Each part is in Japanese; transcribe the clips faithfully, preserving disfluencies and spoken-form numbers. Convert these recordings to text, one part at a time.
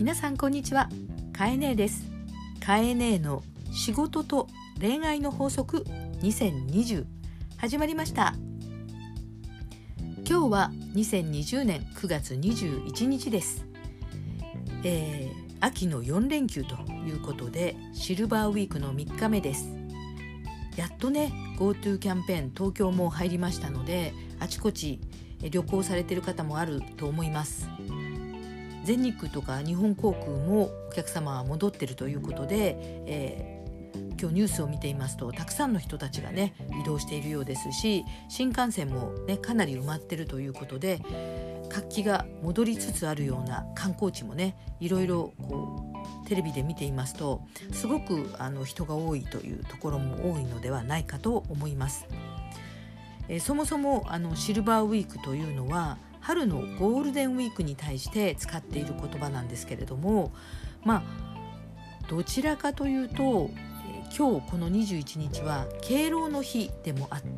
皆さんこんにちは。かえねえです。かえねえの仕事と恋愛の法則にせんにじゅう始まりました。今日はにせんにじゅうねんくがつにじゅういちにちです。えー、秋のよんれんきゅうということでシルバーウィークのみっかめです。やっとね GoTo キャンペーン東京も入りましたので、あちこち旅行されている方もあると思います。全日空とか日本航空もお客様は戻っているということで、えー、今日ニュースを見ていますとたくさんの人たちがね移動しているようですし、新幹線もねかなり埋まっているということで、活気が戻りつつあるような観光地もねいろいろこうテレビで見ていますとすごくあの人が多いというところも多いのではないかと思います。えー、そもそもあのシルバーウィークというのは春のゴールデンウィークに対して使っている言葉なんですけれども、まあどちらかというと、えー、今日このにじゅういちにちは敬老の日でもあって、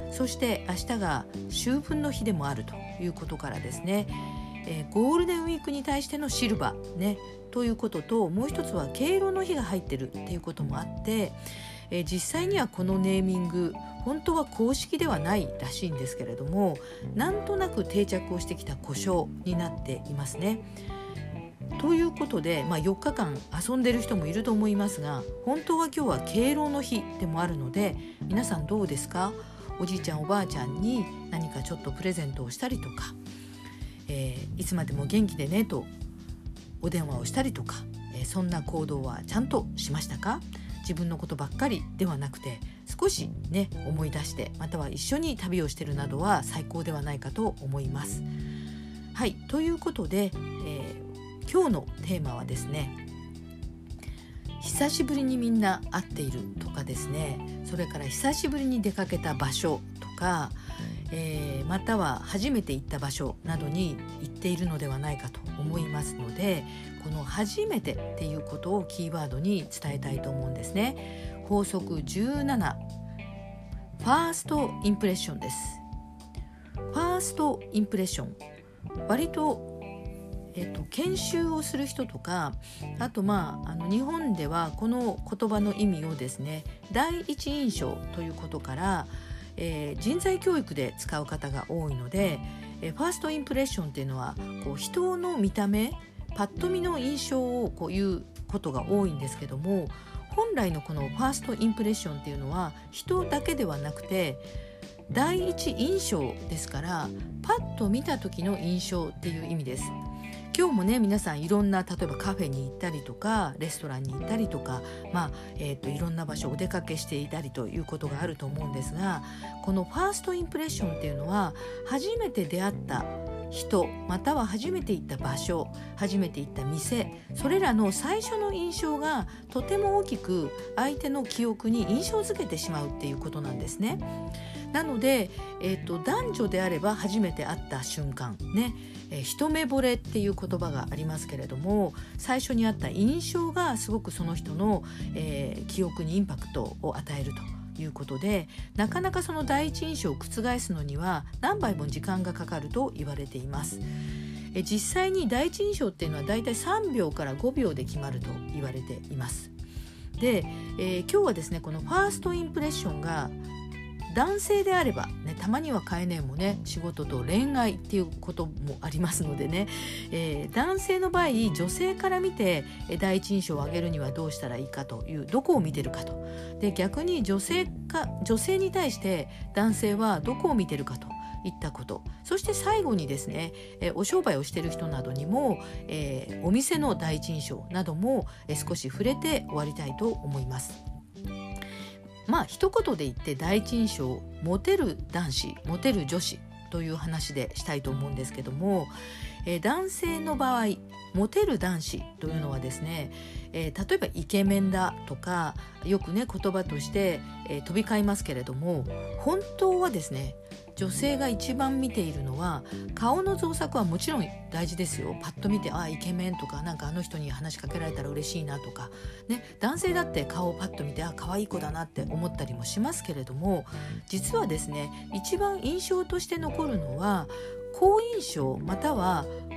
そして明日が秋分の日でもあるということからですね、えー、ゴールデンウィークに対してのシルバーねということと、もう一つは敬老の日が入ってるっていうこともあって、えー、実際にはこのネーミング本当は公式ではないらしいんですけれども、なんとなく定着をしてきた呼称になっていますね。ということで、まあ、よっかかん遊んでる人もいると思いますが、本当は今日は敬老の日でもあるので、皆さんどうですか？おじいちゃんおばあちゃんに何かちょっとプレゼントをしたりとか、えー、いつまでも元気でねとお電話をしたりとか、えー、そんな行動はちゃんとしましたか？自分のことばっかりではなくて少しね思い出して、または一緒に旅をしているなどは最高ではないかと思います。はい、ということで、えー、今日のテーマはですね、久しぶりにみんな会っているとかですね、それから久しぶりに出かけた場所とか、えー、または初めて行った場所などに行っているのではないかと思いますので、この初めてっていうことをキーワードに伝えたいと思うんですね。法則じゅうなな、ファーストインプレッションです。ファーストインプレッション、割と、えーと、研修をする人とか、あとまあ、あの日本ではこの言葉の意味をですね、第一印象ということから、えー、人材教育で使う方が多いので、えー、ファーストインプレッションっていうのはこう人の見た目、パッと見の印象をこう言うことが多いんですけども、本来のこのファーストインプレッションっていうのは人だけではなくて第一印象ですから、パッと見た時の印象っていう意味です。今日もね皆さんいろんな、例えばカフェに行ったりとかレストランに行ったりとか、まあえー、といろんな場所お出かけしていたりということがあると思うんですが、このファーストインプレッションっていうのは初めて出会った人、または初めて行った場所、初めて行った店、それらの最初の印象がとても大きく相手の記憶に印象づけてしまうっていうことなんですね。なので、えーと、男女であれば初めて会った瞬間ね、えー、一目惚れっていう言葉がありますけれども、最初にあった印象がすごくその人の、えー、記憶にインパクトを与えるということで、なかなかその第一印象を覆すのには何倍も時間がかかると言われています。え実際に第一印象っていうのはだいたいさんびょうからごびょうで決まると言われています。で、えー、今日はですねこのファーストインプレッションが男性であれば、ね、たまにはかえねえもね仕事と恋愛っていうこともありますのでね、えー、男性の場合女性から見て第一印象を上げるにはどうしたらいいかという、どこを見てるかと、で逆に女性か女性に対して男性はどこを見てるかといったこと、そして最後にですね、えー、お商売をしている人などにも、えー、お店の第一印象なども、えー、少し触れて終わりたいと思います。まあ一言で言って第一印象、モテる男子モテる女子という話でしたいと思うんですけども、えー、男性の場合モテる男子というのはですね、えー、例えばイケメンだとかよくね言葉として、えー、飛び交いますけれども、本当はですね女性が一番見ているのは顔の造作はもちろん大事ですよ。パッと見てあイケメンとか、なんかあの人に話しかけられたら嬉しいなとか、ね、男性だって顔をパッと見てあ可愛い子だなって思ったりもしますけれども、実はですね一番印象として残るのは好印象または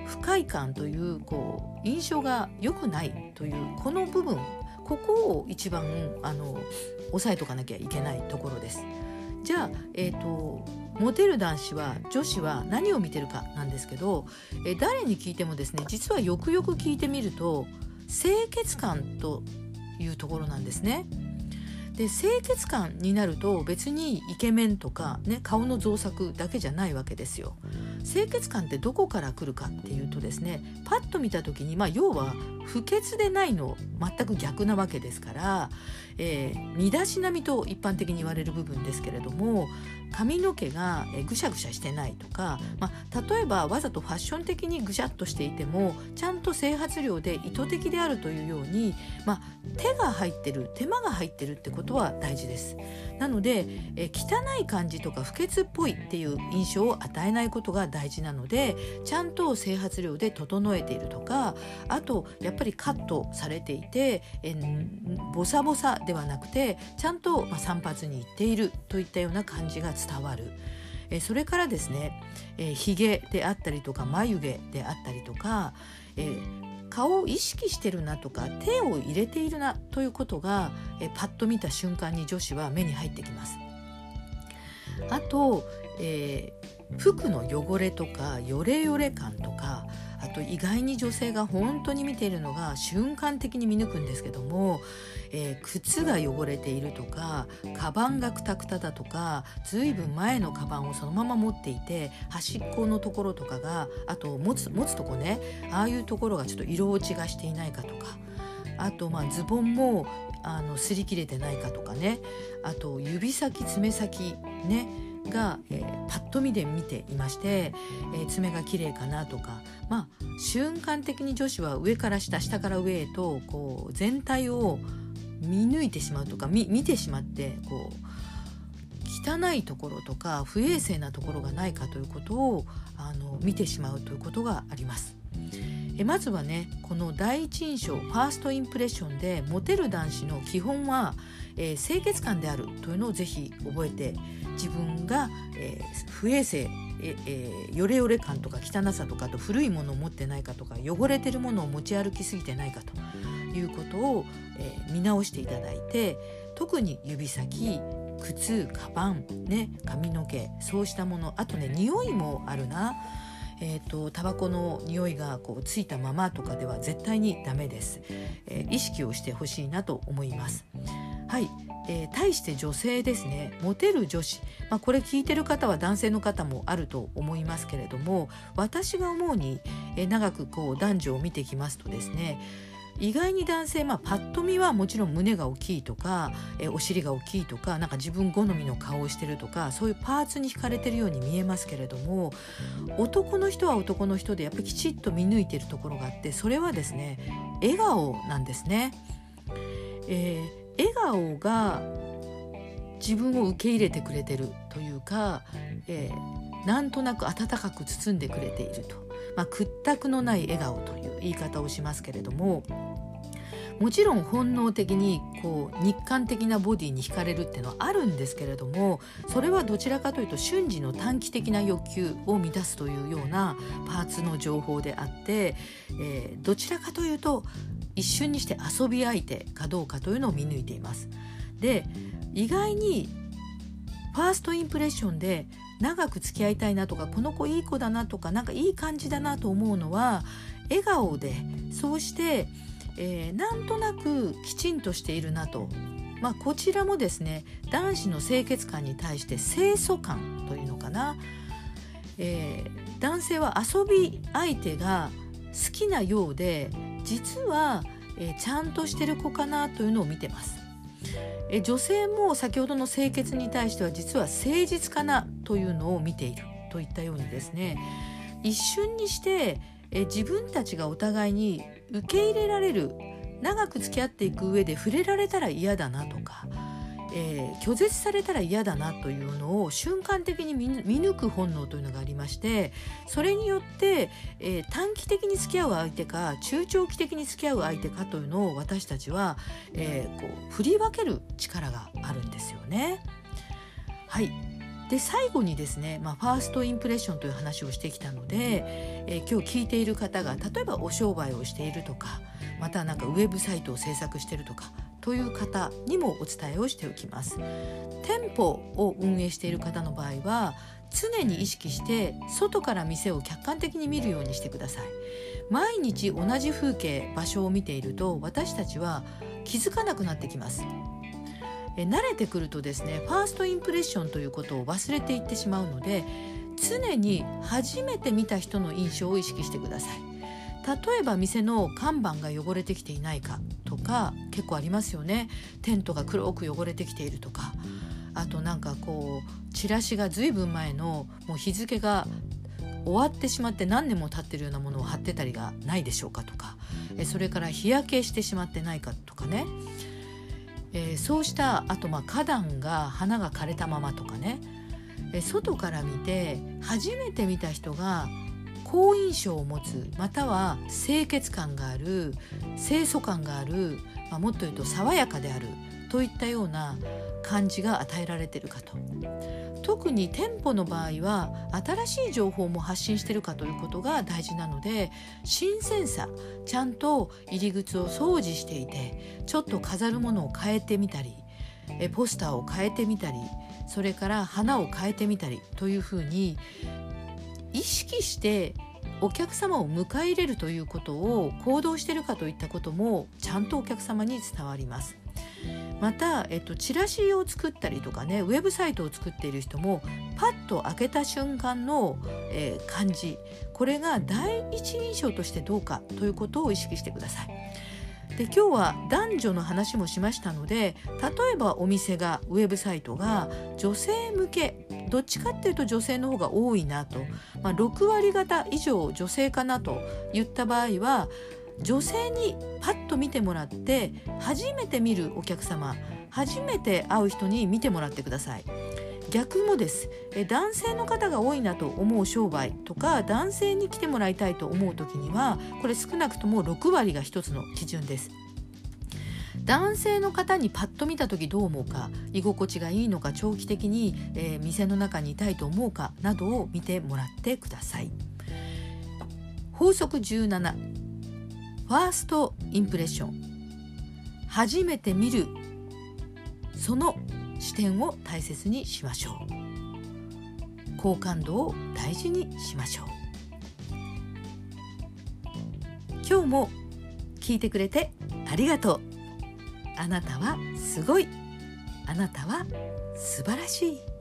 不快感というこう印象が良くないというこの部分、ここを一番あの抑えとかなきゃいけないところです。じゃあ、えーと、モテる男子は女子は何を見てるかなんですけど、えー、誰に聞いてもですね、実はよくよく聞いてみると清潔感というところなんですね。で、清潔感になると別にイケメンとか、ね、顔の造作だけじゃないわけですよ。清潔感ってどこから来るかっていうとですね、パッと見た時に、まあ、要は不潔でないの全く逆なわけですから、えー、身だしなみと一般的に言われる部分ですけれども、髪の毛がぐしゃぐしゃしてないとか、まあ、例えばわざとファッション的にぐしゃっとしていてもちゃんと整髪量で意図的であるというように、まあ、手が入ってる、手間が入ってるってことは大事です。なのでえ汚い感じとか不潔っぽいっていう印象を与えないことが大事なので、ちゃんと整髪量で整えているとか、あとやっぱりカットされていてえボサボサではなくてちゃんと、まあ、散髪に行っているといったような感じが伝わる。えそれからですね、えー、ひげであったりとか眉毛であったりとか、えー、顔を意識してるなとか手を入れているなということが、えー、パッと見た瞬間に女子は目に入ってきます。あと、えー、服の汚れとかヨレヨレ感とか、あと意外に女性が本当に見ているのが瞬間的に見抜くんですけども、えー、靴が汚れているとか、カバンがクタクタだとか、ずいぶん前のカバンをそのまま持っていて端っこのところとかが、あと持つ、持つとこね、ああいうところがちょっと色落ちがしていないかとか、あとまあズボンもあの擦り切れてないかとかね、あと指先爪先ねが、えー、パッと見で見ていまして、えー、爪が綺麗かなとか、まあ瞬間的に女子は上から下、下から上へとこう全体を見抜いてしまうとか 見, 見てしまってこう汚いところとか不衛生なところがないかということをあの見てしまうということがあります。えまずはね、この第一印象ファーストインプレッションでモテる男子の基本は、えー、清潔感であるというのをぜひ覚えて、自分が、えー、不衛生ええー、ヨレヨレ感とか汚さとか、と古いものを持ってないかとか、汚れてるものを持ち歩きすぎてないかということを、えー、見直していただいて、特に指先、靴、カバン、ね、髪の毛、そうしたもの、あとね匂いもあるな。えーと、タバコの匂いがこうついたままとかでは絶対にダメです。えー、意識をしてほしいなと思います。はい、えー、対して女性ですね、モテる女子、まあ、これ聞いてる方は男性の方もあると思いますけれども、私が思うに、えー、長くこう男女を見てきますとですね、意外に男性、まあ、パッと見はもちろん胸が大きいとか、えお尻が大きいとか、なんか自分好みの顔をしてるとか、そういうパーツに惹かれてるように見えますけれども、男の人は男の人でやっぱりきちっと見抜いてるところがあって、それはですね、笑顔なんですね。えー、笑顔が自分を受け入れてくれてるというか、えー、なんとなく温かく包んでくれていると、まあ、屈託のない笑顔という言い方をしますけれども、もちろん本能的にこう日韓的なボディに惹かれるっていうのはあるんですけれども、それはどちらかというと瞬時の短期的な欲求を満たすというようなパーツの情報であって、えー、どちらかというと一瞬にして遊び相手かどうかというのを見抜いています。で、意外にファーストインプレッションで長く付き合いたいなとか、この子いい子だなとか、なんかいい感じだなと思うのは笑顔で、そうして、えー、なんとなくきちんとしているなと、まあ、こちらもですね、男子の清潔感に対して清楚感というのかな、えー、男性は遊び相手が好きなようで、実は、えー、ちゃんとしてる子かなというのを見てます。え女性も先ほどの清潔に対しては実は誠実かなというのを見ているといったようにですね、一瞬にしてえ自分たちがお互いに受け入れられる、長く付き合っていく上で触れられたら嫌だなとか、えー、拒絶されたら嫌だなというのを瞬間的に 見, 見抜く本能というのがありまして、それによって、えー、短期的に付き合う相手か中長期的に付き合う相手かというのを私たちは、えー、こう振り分ける力があるんですよね。はい、 で最後にですね、まあ、ファーストインプレッションという話をしてきたので、えー、今日聞いている方が例えばお商売をしているとか、またなんかウェブサイトを制作しているとかという方にもお伝えをしておきます。店舗を運営している方の場合は常に意識して外から店を客観的に見るようにしてください。毎日同じ風景、場所を見ていると私たちは気づかなくなってきます。え慣れてくるとですね、ファーストインプレッションということを忘れていってしまうので、常に初めて見た人の印象を意識してください。例えば店の看板が汚れてきていないかとか結構ありますよね。テントが黒く汚れてきているとか、あとなんかこうチラシがずいぶん前のもう日付が終わってしまって何年も経ってるようなものを貼ってたりがないでしょうかとか、えそれから日焼けしてしまってないかとかね、えー、そうしたあとまあ花壇が花が枯れたままとかね、え外から見て初めて見た人が好印象を持つ、または清潔感がある、清楚感がある、まあ、もっと言うと爽やかであるといったような感じが与えられているかと。特に店舗の場合は新しい情報も発信しているかということが大事なので、新鮮さ、ちゃんと入り口を掃除していてちょっと飾るものを変えてみたり、えポスターを変えてみたり、それから花を変えてみたりというふうに意識してお客様を迎え入れるということを行動しているかといったこともちゃんとお客様に伝わります。また、えっと、チラシを作ったりとかね、ウェブサイトを作っている人もパッと開けた瞬間の、えー、感じ、これが第一印象としてどうかということを意識してください。で今日は男女の話もしましたので、例えばお店がウェブサイトが女性向け、どっちかっていうと女性の方が多いなと、まあ、ろくわり方以上女性かなといった場合は、女性にパッと見てもらって、初めて見るお客様、初めて会う人に見てもらってください。逆もです。え男性の方が多いなと思う商売とか、男性に来てもらいたいと思う時には、これ少なくともろくわりが一つの基準です。男性の方にパッと見た時どう思うか、居心地がいいのか、長期的に、えー、店の中にいたいと思うかなどを見てもらってください。法則じゅうなな、ファーストインプレッション、初めて見るその視点を大切にしましょう。好感度を大事にしましょう。今日も聞いてくれてありがとう。あなたはすごい。あなたは素晴らしい。